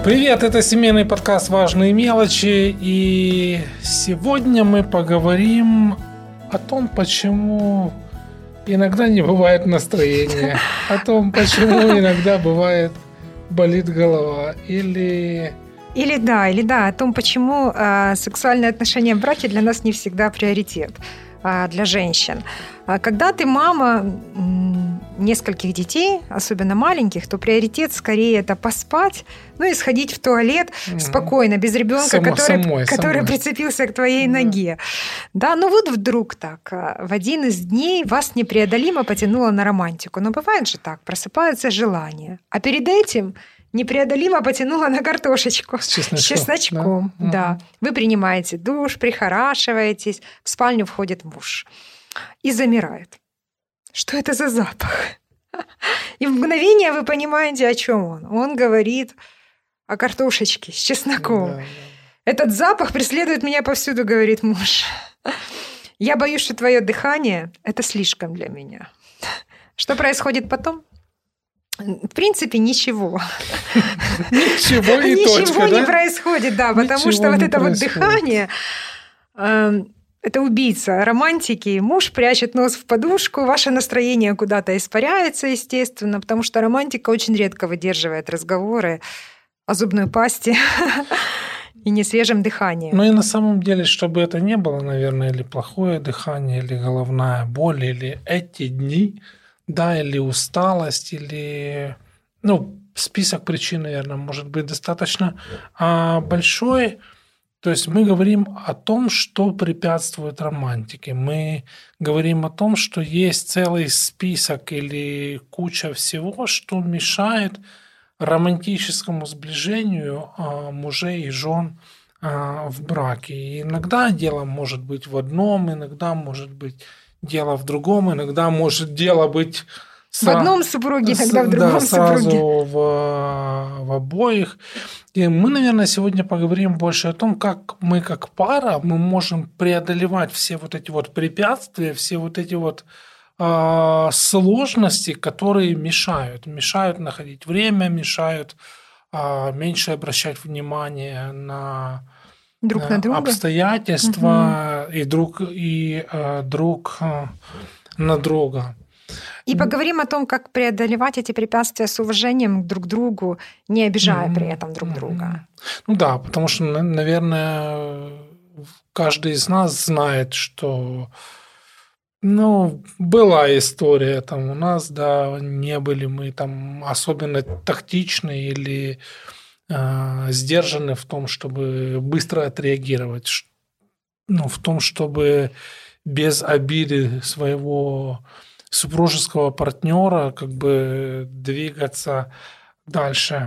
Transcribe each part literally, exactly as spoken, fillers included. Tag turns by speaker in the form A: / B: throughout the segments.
A: Привет, это семейный подкаст «Важные мелочи», и сегодня мы поговорим о том, почему иногда не бывает настроения, о том, почему иногда бывает болит голова, или...
B: Или да, или да, о том, почему э, сексуальные отношения в браке для нас не всегда приоритет э, для женщин. Когда ты мама м, нескольких детей, особенно маленьких, то приоритет скорее это поспать, ну и сходить в туалет mm-hmm. спокойно, без ребенка, Само, который, самой, который самой. прицепился к твоей mm-hmm. ноге. Да, ну вот вдруг так, в один из дней вас непреодолимо потянуло на романтику. Но бывает же так, просыпается желание. А перед этим... непреодолимо потянула на картошечку с чесночком. С чесночком да? Да. Угу. Вы принимаете душ, прихорашиваетесь, в спальню входит муж и замирает. Что это за запах? И в мгновение вы понимаете, о чем он. Он говорит о картошечке с чесноком. Да, да. Этот запах преследует меня повсюду, говорит муж. Я боюсь, что твое дыхание – это слишком для меня. Что происходит потом? В принципе, ничего.
A: Ничего и
B: Ничего
A: точка,
B: не
A: да?
B: происходит, да, потому что вот это вот дыхание, это убийца романтики. Муж прячет нос в подушку, ваше настроение куда-то испаряется, естественно, потому что романтика очень редко выдерживает разговоры о зубной пасте и несвежем дыхании.
A: Ну и на самом деле, чтобы это не было, наверное, или плохое дыхание, или головная боль, или эти дни... Да, или усталость, или... Ну, список причин, наверное, может быть достаточно а большой. То есть мы говорим о том, что препятствует романтике. Мы говорим о том, что есть целый список или куча всего, что мешает романтическому сближению мужей и жен в браке. И иногда дело может быть в одном, иногда может быть... дело в другом, иногда может дело быть...
B: В одном супруге, иногда в другом
A: да, сразу
B: супруге.
A: В, в обоих. И мы, наверное, сегодня поговорим больше о том, как мы как пара мы можем преодолевать все вот эти вот препятствия, все вот эти вот э, сложности, которые мешают. Мешают находить время, мешают э, меньше обращать внимание на...
B: друг на друга,
A: обстоятельства угу. и друг и э, друг э, на друга.
B: И поговорим о том, как преодолевать эти препятствия с уважением друг к другу, не обижая mm-hmm. при этом друг mm-hmm. друга.
A: Ну да, потому что, наверное, каждый из нас знает, что ну, была история там у нас, да, не были мы там особенно тактичны или сдержаны в том, чтобы быстро отреагировать, ну, в том, чтобы без обиды своего супружеского партнера как бы двигаться дальше.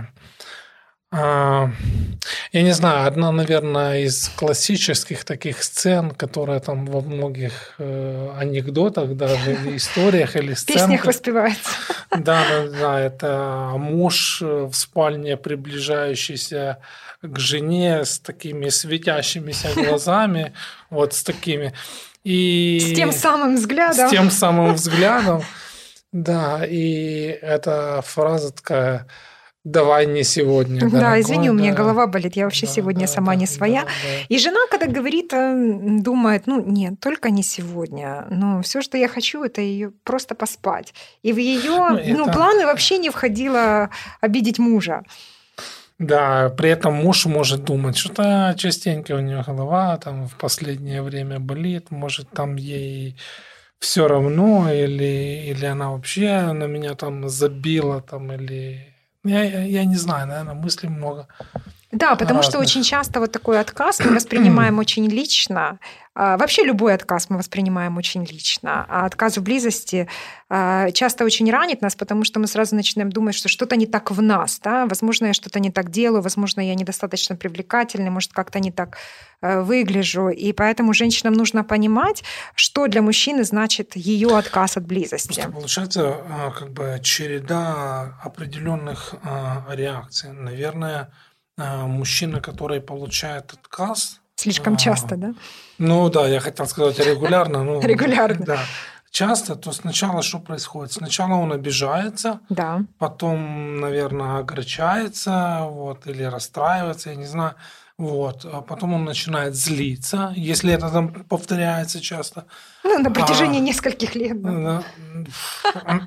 A: Я не знаю, одна, наверное, из классических таких сцен, которая там во многих э, анекдотах, даже историях или сценах.
B: В песнях воспевается.
A: Да, да, да, это муж в спальне, приближающийся к жене с такими светящимися глазами, вот с такими. И
B: с тем самым взглядом.
A: С тем самым взглядом, да, и эта фраза такая... Давай не сегодня.
B: Да,
A: дорогой,
B: извини,
A: да.
B: у меня голова болит, я вообще
A: да,
B: сегодня
A: да,
B: сама
A: да,
B: не своя.
A: Да, да.
B: И жена, когда говорит, думает, ну нет, только не сегодня. Но все, что я хочу, это ее просто поспать. И в ее ну, это... ну, планы вообще не входило обидеть мужа.
A: Да, при этом муж может думать, что-то частенько у нее голова там в последнее время болит, может там ей все равно, или, или она вообще на меня там забила, там, или... Я, я, я не знаю, наверное, мыслей много.
B: Да, потому
A: разных.
B: Что очень часто вот такой отказ мы воспринимаем очень лично. Вообще любой отказ мы воспринимаем очень лично. А отказ в близости часто очень ранит нас, потому что мы сразу начинаем думать, что что-то не так в нас. Да? Возможно, я что-то не так делаю, возможно, я недостаточно привлекательна, может, как-то не так выгляжу. И поэтому женщинам нужно понимать, что для мужчины значит ее отказ от близости.
A: Просто получается как бы череда определенных реакций. Наверное, мужчина, который получает отказ...
B: Слишком часто, да?
A: Ну да, я хотел сказать регулярно. Ну,
B: регулярно.
A: Да. часто, то сначала что происходит? Сначала он обижается,
B: Да.
A: потом, наверное, огорчается, вот, или расстраивается, я не знаю. Вот. А потом он начинает злиться, если это там повторяется часто.
B: Ну, на протяжении
A: А,
B: нескольких лет. Да.
A: да,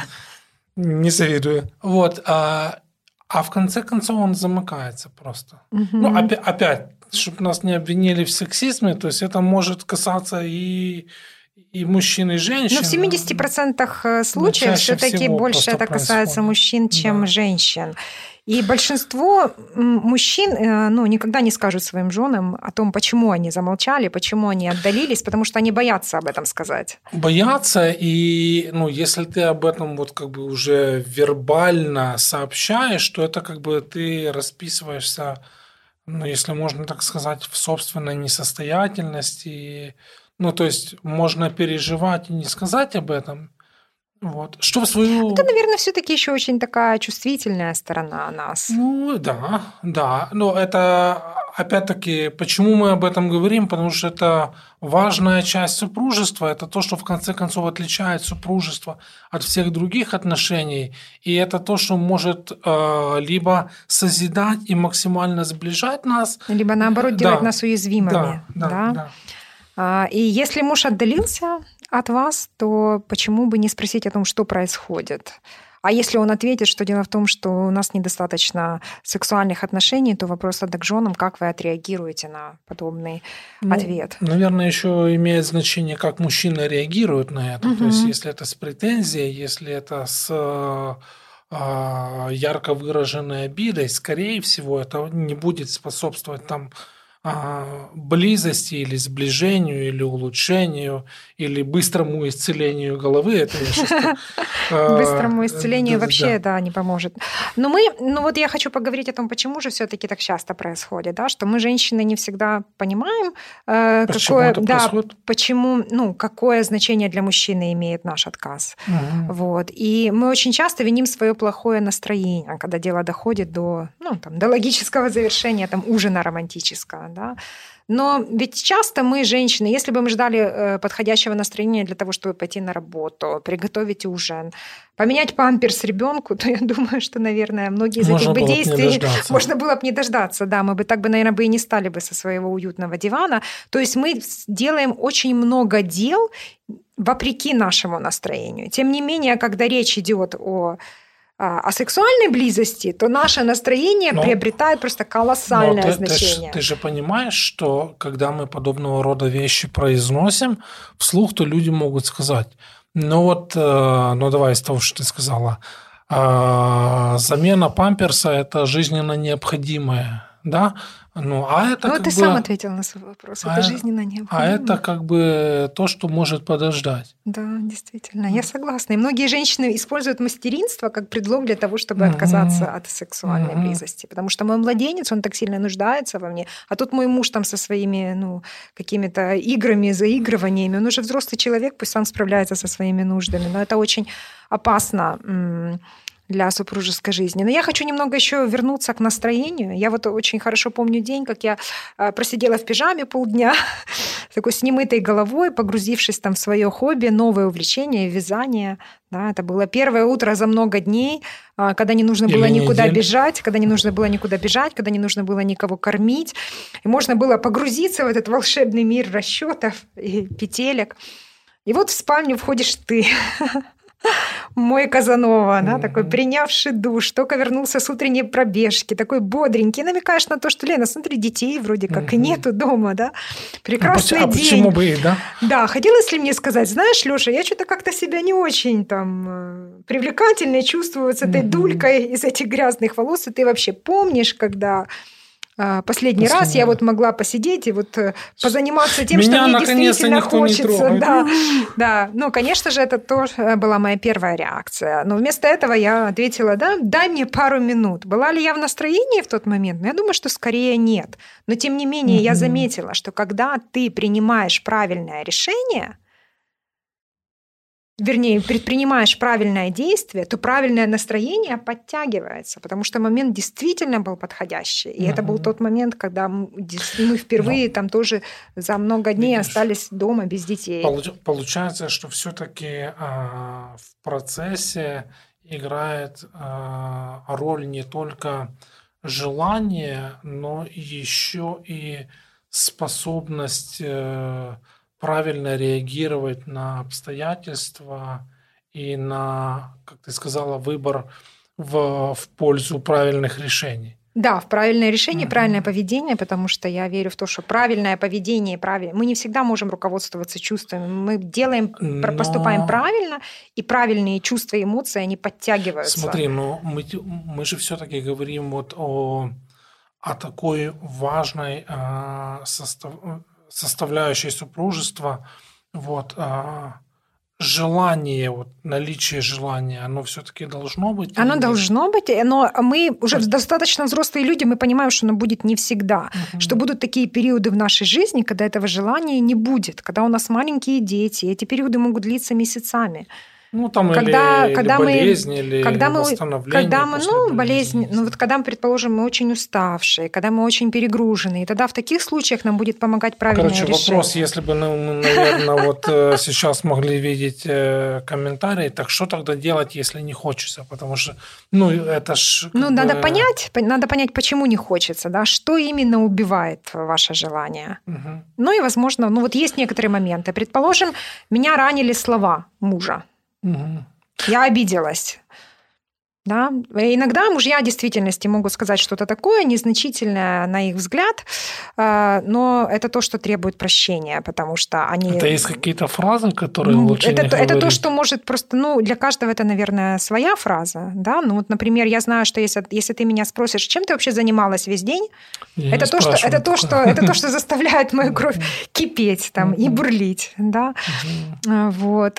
A: не завидую. Вот. А, а в конце концов он замыкается просто.
B: Мгм.
A: Ну, опять, опять, чтобы нас не обвинили в сексизме, то есть это может касаться и, и мужчин, и женщин.
B: Но в семидесяти процентах случаев
A: чаще
B: все-таки
A: всего
B: больше
A: просто
B: это касается
A: происходит.
B: мужчин, чем
A: Да.
B: женщин. И большинство м, мужчин э, ну, никогда не скажут своим женам о том, почему они замолчали, почему они отдалились, потому что они боятся об этом сказать.
A: Боятся, и ну, если ты об этом вот как бы уже вербально сообщаешь, то это как бы ты расписываешься, ну, если можно так сказать, в собственной несостоятельности. Ну, то есть можно переживать и не сказать об этом. Вот. Что в свою...
B: Это, наверное, все-таки еще очень такая чувствительная сторона нас.
A: Ну, да, да. Но это, опять-таки, почему мы об этом говорим? Потому что это важная часть супружества. Это то, что в конце концов отличает супружество от всех других отношений. И это то, что может э, либо созидать и максимально сближать нас.
B: Либо, наоборот, делать
A: Да,
B: нас уязвимыми.
A: да, да,
B: да?
A: да.
B: А, И если муж отдалился от вас, то почему бы не спросить о том, что происходит? А если он ответит, что дело в том, что у нас недостаточно сексуальных отношений, то вопрос тогда к женам, как вы отреагируете на подобный
A: Ну,
B: ответ?
A: наверное, еще имеет значение, как мужчина реагирует на это. То есть,
B: Мгм.
A: если это с претензией, если это с э, а, ярко выраженной обидой, скорее всего, это не будет способствовать там а, близости или сближению, или улучшению, или быстрому исцелению головы. Это я сейчас так, а,
B: Быстрому исцелению
A: да-да-да.
B: вообще, да, не поможет. Но мы, ну вот я хочу поговорить о том, почему же все-таки так часто происходит, да, что мы, женщины, не всегда понимаем, э,
A: Почему
B: какое,
A: это
B: да,
A: происходит?
B: почему, ну, какое значение для мужчины имеет наш отказ.
A: Мгм.
B: Вот. И мы очень часто виним свое плохое настроение, когда дело доходит до, ну, там, до логического завершения там, ужина романтического. Да? Но ведь часто мы, женщины, если бы мы ждали э, подходящего настроения для того, чтобы пойти на работу, приготовить ужин, поменять памперс ребенку, то я думаю, что, наверное, многие из
A: Можно
B: этих бы
A: было бы не
B: действий
A: дождаться.
B: можно было бы не дождаться. Да, мы бы так бы, наверное, бы и не стали бы со своего уютного дивана. То есть мы делаем очень много дел вопреки нашему настроению. Тем не менее, когда речь идет о о сексуальной близости, то наше настроение
A: Но-
B: приобретает просто
A: Но
B: колоссальное
A: ты, ты ж-
B: значение.
A: ты же понимаешь, что когда мы подобного рода вещи произносим вслух, то люди могут сказать, ну вот, э, ну давай из того, что ты сказала, а, замена памперса – это жизненно необходимое, да? Ну, а это
B: Ну,
A: как
B: ты
A: бы...
B: сам ответил на свой вопрос. Это
A: а-
B: жизненно
A: А
B: необходимо.
A: это как бы то, что может подождать.
B: Да, действительно, я согласна. И многие женщины используют материнство как предлог для того, чтобы
A: Мгм.
B: отказаться от сексуальной
A: Мгм.
B: близости. Потому что мой младенец, он так сильно нуждается во мне, а тут мой муж там со своими ну, какими-то играми, заигрываниями, он уже взрослый человек, пусть сам справляется со своими нуждами. Но это очень опасно м, для супружеской жизни. Но я хочу немного еще вернуться к настроению. Я вот очень хорошо помню день, как я э, просидела в пижаме полдня, такой с немытой головой, погрузившись там в свое хобби, новое увлечение, вязание. Да, это было первое утро за много дней, а, когда не нужно было
A: Или
B: никуда
A: недель.
B: бежать, когда не нужно было никуда бежать, когда не нужно было никого кормить. И можно было погрузиться в этот волшебный мир расчетов и петелек. И вот в спальню входишь ты, мой Казанова, да,
A: Мгм.
B: такой принявший душ, только вернулся с утренней пробежки, такой бодренький, намекаешь на то, что, Лена, смотри, детей вроде как и
A: Мгм.
B: нету дома, да,
A: А,
B: прекрасный
A: поч- а
B: день.
A: почему бы и, да?
B: Да, хотелось ли мне сказать, знаешь, Лёша, я что-то как-то себя не очень там э, привлекательной чувствую с этой
A: Мгм.
B: дулькой из этих грязных волос. И ты вообще помнишь, когда а, последний раз
A: Последний
B: я
A: раз.
B: вот могла посидеть и вот э, позаниматься тем,
A: Меня
B: что мне
A: наконец-то
B: действительно
A: никто не
B: хочется.
A: трогает.
B: Да, да, ну, конечно же, это тоже была моя первая реакция. Но вместо этого я ответила, да, дай мне пару минут. Была ли я в настроении в тот момент? Ну, я думаю, что скорее нет. Но, тем не менее, я
A: Мгм.
B: заметила, что когда ты принимаешь правильное решение, вернее, предпринимаешь правильное действие, то правильное настроение подтягивается, потому что момент действительно был подходящий. И uh-huh. это был тот момент, когда мы впервые no. там тоже за много дней Видишь, остались дома без детей.
A: Получается, что все-таки а, в процессе играет а, роль не только желание, но еще и способность э, правильно реагировать на обстоятельства и на, как ты сказала, выбор в, в пользу правильных решений.
B: Да, в правильное решение, mm-hmm. правильное поведение, потому что я верю в то, что правильное поведение, правильное... мы не всегда можем руководствоваться чувствами. Мы делаем, но... поступаем правильно, и правильные чувства и эмоции, они подтягиваются.
A: Смотри, но мы, мы же все-таки говорим вот о, о такой важной э, состав, составляющей супружества, вот, э, желание, вот, наличие желания, оно все-таки должно быть?
B: Оно должно быть, но мы уже Просто... достаточно взрослые люди, мы понимаем, что оно будет не всегда. Угу. Что будут такие периоды в нашей жизни, когда этого желания не будет, когда у нас маленькие дети, эти периоды могут длиться месяцами.
A: Ну, там когда, или, когда или болезнь, мы, или
B: когда
A: восстановление.
B: Когда мы, ну, болезнь, ну, вот когда, предположим, мы очень уставшие, когда мы очень перегружены, и тогда в таких случаях нам будет помогать правильное
A: Короче,
B: решение.
A: Вопрос, если бы мы, наверное, вот сейчас могли видеть комментарии, так что тогда делать, если не хочется? Потому что, ну, это ж...
B: Ну, надо понять, надо понять, почему не хочется, да, что именно убивает ваше желание. Угу. Ну, и, возможно, ну, вот есть некоторые моменты. Предположим, меня ранили слова мужа. Угу. Я обиделась. Да? Иногда мужья в действительности могут сказать что-то такое незначительное на их взгляд, но это то, что требует прощения, потому что они...
A: Это есть какие-то фразы, которые
B: ну,
A: лучше
B: это,
A: не
B: это
A: говорить?
B: то, что может просто... Ну, для каждого это, наверное, своя фраза. Да? Ну, вот, например, я знаю, что если, если ты меня спросишь, чем ты вообще занималась весь день, это то, что, это, то, что, это то, что заставляет мою кровь кипеть там, и бурлить. Да? Вот.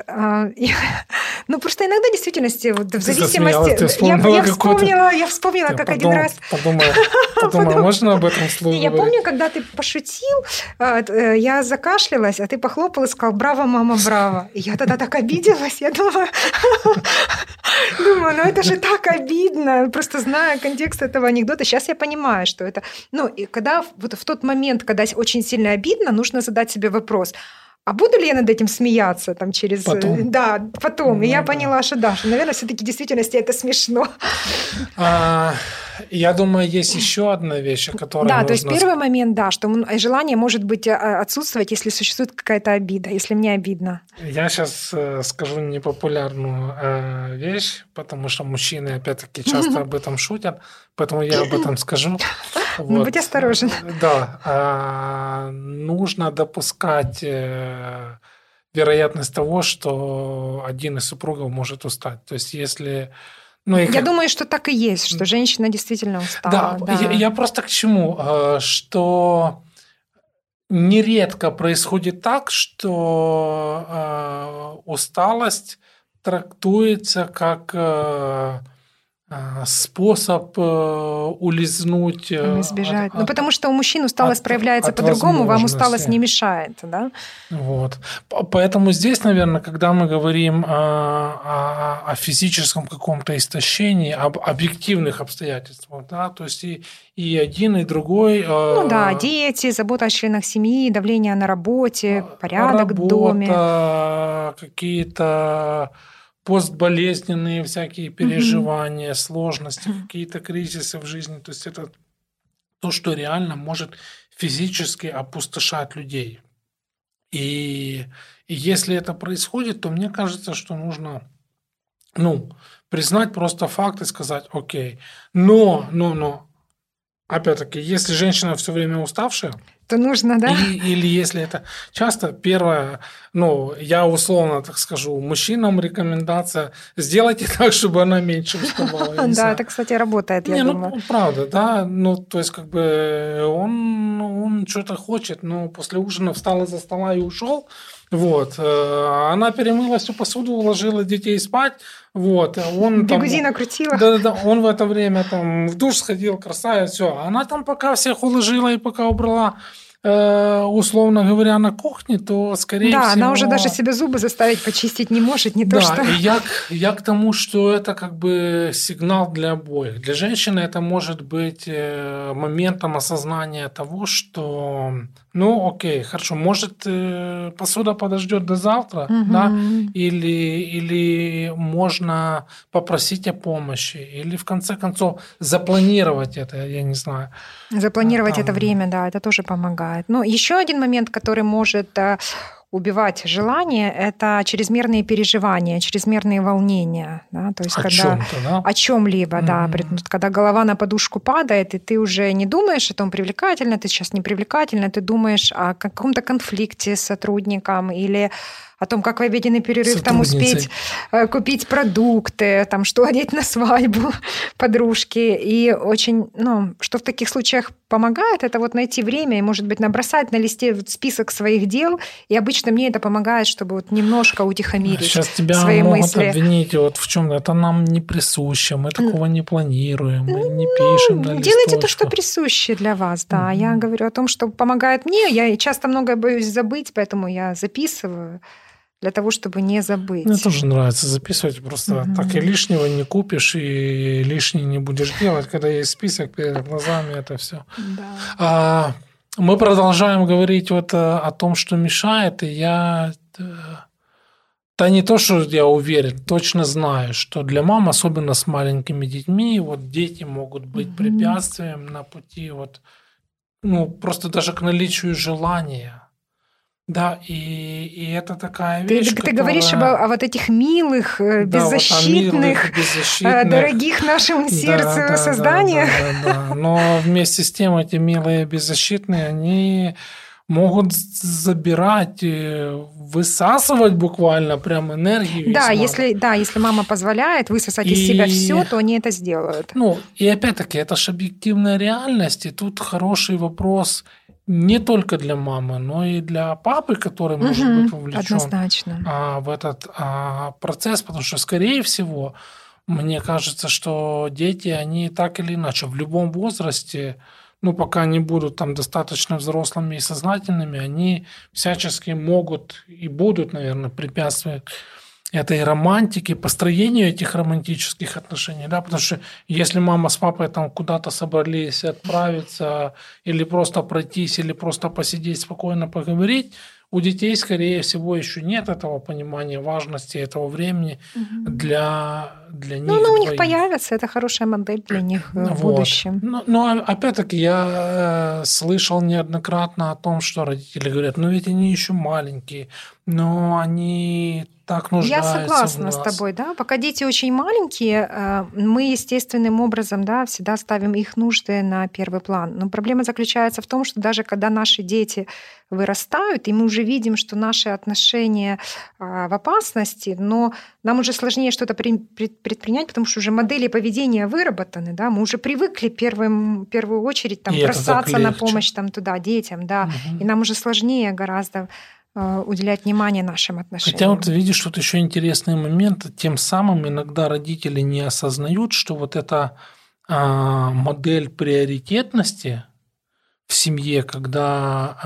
B: Ну, просто иногда в действительности, вот, в зависимости... Я, я вспомнила, я вспомнила, я как подум, один раз...
A: Подумай, подумай, можно об этом слове
B: Я
A: говорить?
B: помню, когда ты пошутил, я закашлялась, а ты похлопал и сказал: «Браво, мама, браво». И я тогда так обиделась, я думаю, думаю, ну это же так обидно, просто зная контекст этого анекдота. Сейчас я понимаю, что это... Ну, и когда вот в тот момент, когда очень сильно обидно, нужно задать себе вопрос: а буду ли я над этим смеяться там через...
A: Потом.
B: Да, потом.
A: Ну,
B: и я
A: да.
B: поняла, что да, что, наверное, все-таки в действительности это смешно.
A: А, я думаю, есть еще одна вещь, о которой
B: Да,
A: нужно...
B: то есть первый момент, да, что желание может быть отсутствовать, если существует какая-то обида, если мне обидно.
A: Я сейчас скажу непопулярную вещь, потому что мужчины, опять-таки, часто об этом шутят, поэтому я об этом скажу.
B: Вот. Будь осторожен.
A: Да, нужно допускать вероятность того, что один из супругов может устать. То есть, если... Ну,
B: я как... думаю, что так и есть, что женщина действительно устала.
A: Да,
B: да.
A: Я, я просто к чему? Что нередко происходит так, что э, усталость трактуется как... Э, способ улизнуть,
B: избежать. От, ну, потому что у мужчин усталость от, проявляется от по-другому, вам усталость не мешает, да?
A: Вот. Поэтому здесь, наверное, когда мы говорим о, о, о физическом каком-то истощении, об объективных обстоятельствах, да, то есть и, и один, и другой.
B: Ну да, дети, забота о членах семьи, давление на работе, порядок
A: работа,
B: в доме.
A: Какие-то постболезненные всякие переживания, mm-hmm. сложности, mm-hmm. какие-то кризисы в жизни. То есть это то, что реально может физически опустошать людей. И, и если это происходит, то мне кажется, что нужно ну, признать просто факт и сказать: окей, но, но, но, опять-таки, если женщина все время уставшая,
B: то нужно, да?
A: Или, или если это часто, первое, ну, я условно так скажу, мужчинам рекомендация: сделайте так, чтобы она меньше уставала.
B: Да, это, кстати, работает, я думаю.
A: Ну, правда, да, ну, то есть, как бы, он, он что-то хочет, но после ужина встал из-за стола и ушел, вот, она перемыла всю посуду, уложила детей спать, вот, он там...
B: Бигуди накрутила.
A: Да-да-да, он в это время там в душ сходил, красавец, все, она там пока всех уложила и пока убрала, условно говоря, на кухне, то, скорее
B: да,
A: всего...
B: Да, она уже даже себе зубы заставить почистить не может, не
A: да,
B: то что...
A: Да, я, я к тому, что это как бы сигнал для обоих. Для женщины это может быть моментом осознания того, что, ну, окей, хорошо, может, посуда подождет до завтра, угу. да, или, или можно попросить о помощи, или, в конце концов, запланировать это, я не знаю.
B: Запланировать Там... это время, да, это тоже помогает. Но еще один момент, который может убивать желание, это чрезмерные переживания, чрезмерные волнения. Да? То есть,
A: о
B: когда,
A: чем-то, да?
B: О чем-либо, mm-hmm. да. Когда голова на подушку падает, и ты уже не думаешь о том, привлекательно, ты сейчас не привлекательно, ты думаешь о каком-то конфликте с сотрудником или о том, как в обеденный перерыв там успеть купить продукты, там, что одеть на свадьбу подружки. И очень, ну, что в таких случаях помогает, это вот найти время и, может быть, набросать на листе список своих дел. И обычно мне это помогает, чтобы вот немножко утихомирить
A: Сейчас тебя
B: свои
A: могут
B: мысли.
A: обвинить вот в чем-то. Это нам не присуще, мы такого не планируем, мы не
B: ну,
A: пишем на листочку.
B: Делайте то, что присуще для вас, да. Mm-hmm. Я говорю о том, что помогает мне. Я часто многое боюсь забыть, поэтому я записываю. Для того, чтобы не забыть.
A: Мне тоже нравится записывать, просто угу. так и лишнего не купишь, и лишнее не будешь делать, когда есть список перед глазами, это все.
B: Да.
A: А, мы продолжаем говорить вот о том, что мешает, и я... Да не то, что я уверен, точно знаю, что для мам, особенно с маленькими детьми, вот дети могут быть угу. препятствием на пути, вот, ну, просто даже к наличию желания. Да, и, и это такая вещь,
B: Ты,
A: которая...
B: ты говоришь об, о вот этих милых, да, беззащитных, вот милых, беззащитных, дорогих нашему сердцу
A: да, да,
B: созданиях.
A: Да, да, да. Но вместе с тем эти милые беззащитные, они могут забирать, высасывать буквально прям энергию.
B: Да, если, да, если мама позволяет высосать и... из себя все, то они это сделают.
A: Ну, и опять-таки, это же объективная реальность, и тут хороший вопрос... Не только для мамы, но и для папы, который
B: угу,
A: может быть вовлечен
B: однозначно.
A: в этот процесс, потому что, скорее всего, мне кажется, что дети, они так или иначе в любом возрасте, ну, пока не будут там достаточно взрослыми и сознательными, они всячески могут и будут, наверное, препятствовать этой романтике, построению этих романтических отношений, да, потому что если мама с папой там куда-то собрались отправиться или просто пройтись, или просто посидеть спокойно поговорить, у детей, скорее всего, еще нет этого понимания важности этого времени угу. для, для них.
B: Ну, она у них
A: двоих.
B: Появится, это хорошая модель для них в вот. будущем.
A: Но, но опять-таки я слышал неоднократно о том, что родители говорят, ну ведь они еще маленькие, но они так нуждаются.
B: Я согласна
A: в нас.
B: с тобой, да. Пока дети очень маленькие, мы естественным образом, да, всегда ставим их нужды на первый план. Но проблема заключается в том, что даже когда наши дети вырастают, и мы уже видим, что наши отношения в опасности, но нам уже сложнее что-то предпринять, потому что уже модели поведения выработаны, да, мы уже привыкли первым, в первую очередь там, бросаться на помощь там, туда, детям, да, угу. и нам уже сложнее гораздо уделять внимание нашим отношениям.
A: Хотя вот видишь, тут еще интересный момент. Тем самым иногда родители не осознают, что вот эта а, модель приоритетности в семье, когда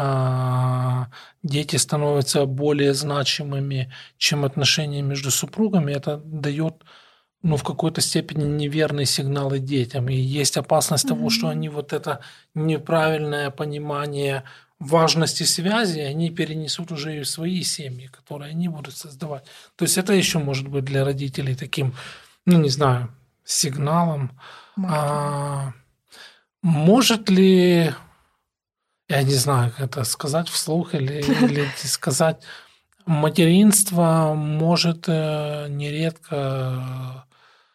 A: а, дети становятся более значимыми, чем отношения между супругами, это дает ну, в какой-то степени неверные сигналы детям. И есть опасность mm-hmm. того, что они вот это неправильное понимание важности связи они перенесут уже и в свои семьи, которые они будут создавать. То есть это еще может быть для родителей таким, ну не знаю, сигналом. А, может ли, я не знаю, как это сказать вслух или, или сказать, материнство может нередко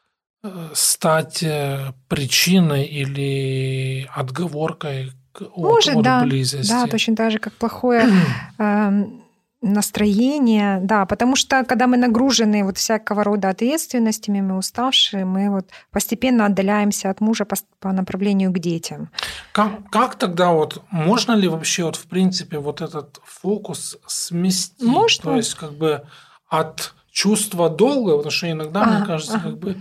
A: стать причиной или отговоркой От,
B: Может,
A: от
B: да,
A: близости.
B: да, точно так же, как плохое э, настроение, да, потому что когда мы нагружены вот всякого рода ответственностями, мы уставшие, мы вот постепенно отдаляемся от мужа по, по направлению к детям.
A: Как, как тогда вот, можно ли вообще вот в принципе вот этот фокус сместить?
B: Можно.
A: То есть как бы от чувства долга, потому что иногда, а, мне кажется, ага. как бы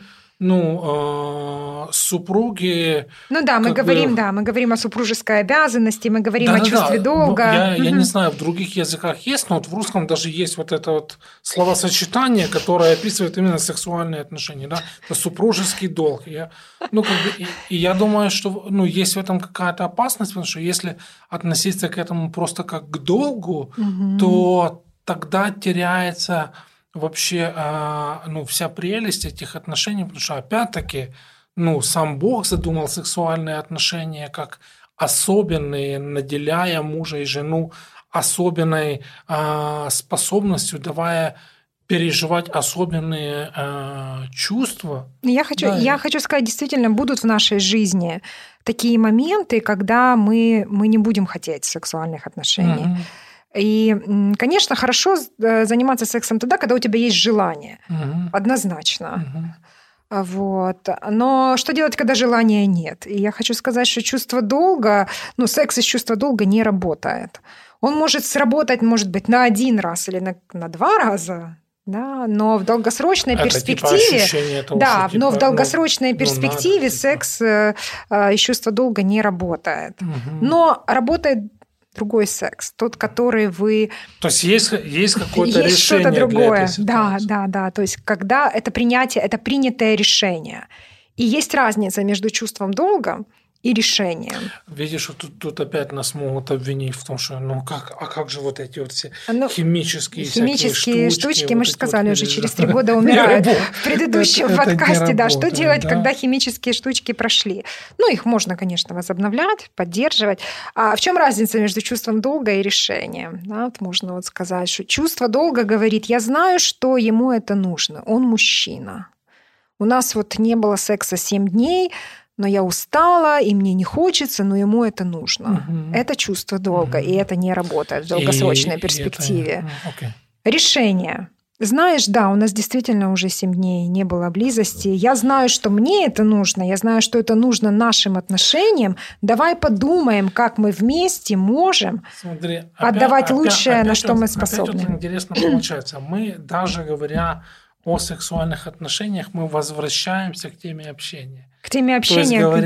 A: ну, э, супруги...
B: Ну да, мы говорим, бы... да, мы говорим о супружеской обязанности, мы говорим да, о да, чувстве да. долга.
A: Ну, я, угу. я не знаю, в других языках есть, но вот в русском даже есть вот это вот словосочетание, которое описывает именно сексуальные отношения, да, это супружеский долг. Я, ну, как бы, и, и я думаю, что ну, есть в этом какая-то опасность, потому что если относиться к этому просто как к долгу, угу. то тогда теряется... вообще ну, вся прелесть этих отношений, потому что, опять-таки, ну, сам Бог задумал сексуальные отношения как особенные, наделяя мужа и жену особенной э, способностью, давая переживать особенные э, чувства.
B: Я хочу, да. я хочу сказать, действительно, будут в нашей жизни такие моменты, когда мы, мы не будем хотеть сексуальных отношений. Mm-hmm. И, конечно, хорошо заниматься сексом тогда, когда у тебя есть желание. Угу. Однозначно. Угу. Вот. Но что делать, когда желания нет? И я хочу сказать, что чувство долга, ну, секс из чувства долга не работает. Он может сработать, может быть, на один раз или на, на два раза, да, но в долгосрочной это перспективе, типа того, да, что, но типа, в долгосрочной ну, перспективе ну, надо, секс типа. из чувства долга не работает. Угу. Но работает другой секс, тот, который вы...
A: То есть есть, есть какое-то
B: есть
A: решение
B: что-то другое.
A: Для этой ситуации.
B: Да, да, да. То есть когда это принятие, это принятое решение. И есть разница между чувством долга и решением.
A: Видишь, тут, тут опять нас могут обвинить в том, что ну как, а как же вот эти вот все ну,
B: химические,
A: химические
B: штучки, штучки вот мы же сказали, вот уже через три года умирают. В предыдущем это, подкасте, это да, что делать, да? Когда химические штучки прошли? Ну, их можно, конечно, возобновлять, поддерживать. А в чем разница между чувством долга и решением? Да, вот можно вот сказать, что чувство долга говорит, я знаю, что ему это нужно, он мужчина. У нас вот не было секса семь дней, но я устала, и мне не хочется, но ему это нужно. Угу. Это чувство долга, угу. и это не работает в долгосрочной и, перспективе.
A: И это... okay.
B: Решение. Знаешь, да, у нас действительно уже семь дней не было близости. Я знаю, что мне это нужно, я знаю, что это нужно нашим отношениям. Давай подумаем, как мы вместе можем
A: Смотри,
B: отдавать
A: опять,
B: лучшее,
A: опять,
B: на что
A: опять,
B: мы способны.
A: Опять вот интересно получается. Мы, даже говоря о сексуальных отношениях, мы возвращаемся к теме общения.
B: К теме общения,
A: То есть, говоря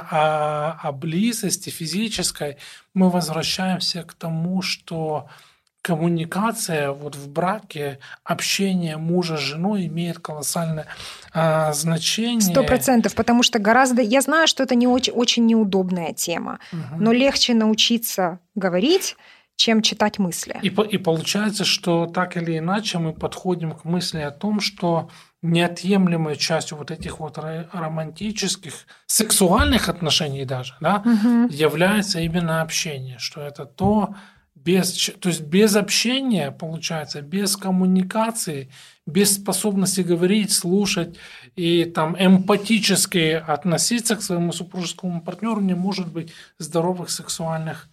B: да.
A: о, о близости физической, мы возвращаемся к тому, что коммуникация вот в браке, общение мужа с женой имеет колоссальное а, значение.
B: Сто процентов, потому что гораздо... Я знаю, что это не очень, очень неудобная тема, угу. но легче научиться говорить, чем читать мысли.
A: И, и получается, что так или иначе мы подходим к мысли о том, что неотъемлемой частью вот этих вот романтических, сексуальных отношений даже, да, угу. является именно общение, что это то, без, то есть без общения, получается, без коммуникации, без способности говорить, слушать и там эмпатически относиться к своему супружескому партнеру не может быть здоровых сексуальных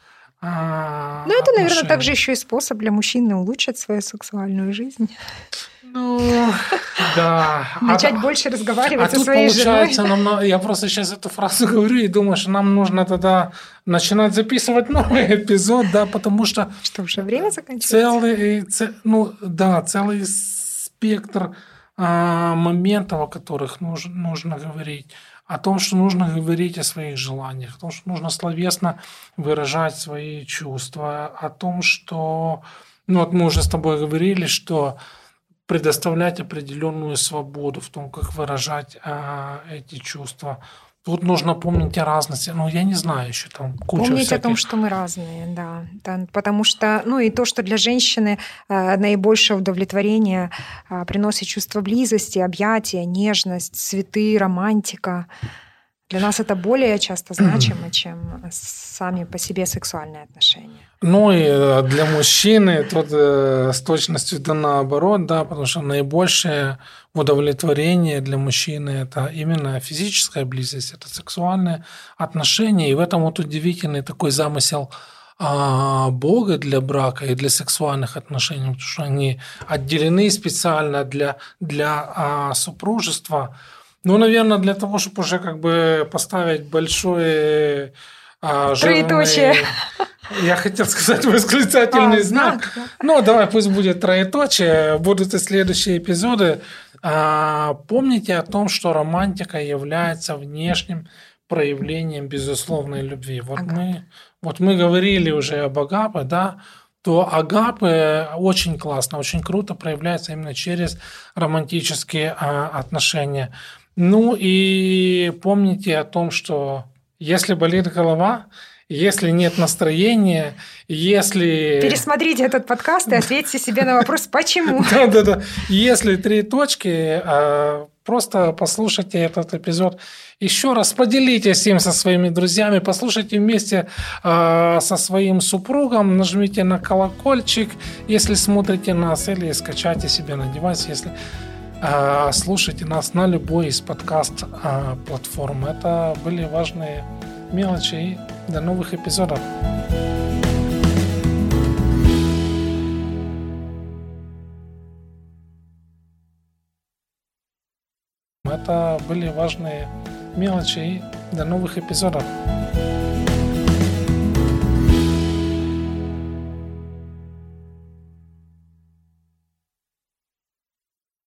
A: а,
B: Ну, это,
A: отношений.
B: Наверное, также еще и способ для мужчины улучшить свою сексуальную жизнь.
A: Ну, да.
B: Начать
A: а,
B: больше разговаривать
A: а
B: со своей женой.
A: Нам, я просто сейчас эту фразу говорю и думаю, что нам нужно тогда начинать записывать новый эпизод, да, потому что...
B: Что, уже время заканчивается?
A: Целый, цел, ну, да, целый спектр а, моментов, о которых нужно, нужно говорить. О том, что нужно говорить о своих желаниях, о том, что нужно словесно выражать свои чувства, о том, что... Ну, вот мы уже с тобой говорили, что предоставлять определенную свободу в том, как выражать а, эти чувства. Тут нужно помнить о разности. Ну, я не знаю, еще там куча
B: Помнить
A: всяких...
B: о том, что мы разные, да. да. Потому что, ну, и то, что для женщины э, наибольшее удовлетворение э, приносит чувство близости, объятия, нежность, цветы, романтика. Для нас это более часто значимо, чем сами по себе сексуальные отношения.
A: Ну и для мужчины тут с точностью да наоборот, да, потому что наибольшее удовлетворение для мужчины – это именно физическая близость, это сексуальные отношения. И в этом вот удивительный такой замысел Бога для брака и для сексуальных отношений, потому что они отделены специально для, для супружества. Ну, наверное, для того, чтобы уже как бы поставить большой а, жирный, Я хотел сказать восклицательный
B: А,
A: знак.
B: знак, да.
A: Ну, давай, пусть будет троеточие. Будут и следующие эпизоды. А, помните о том, что романтика является внешним проявлением безусловной любви. Вот
B: Агапе.
A: мы, вот мы говорили уже об агапе, да, то агапе очень классно, очень круто проявляется именно через романтические а, отношения. Ну и помните о том, что если болит голова, если нет настроения, если...
B: Пересмотрите этот подкаст и ответьте себе на вопрос, почему.
A: Да-да-да. Если три точки, просто послушайте этот эпизод еще раз, поделитесь им со своими друзьями, послушайте вместе со своим супругом, нажмите на колокольчик, если смотрите нас, или скачайте себе на девайс, если слушайте нас на любой из подкаст-платформ. Это были важные мелочи, и до новых эпизодов. Это были важные мелочи, и до новых эпизодов.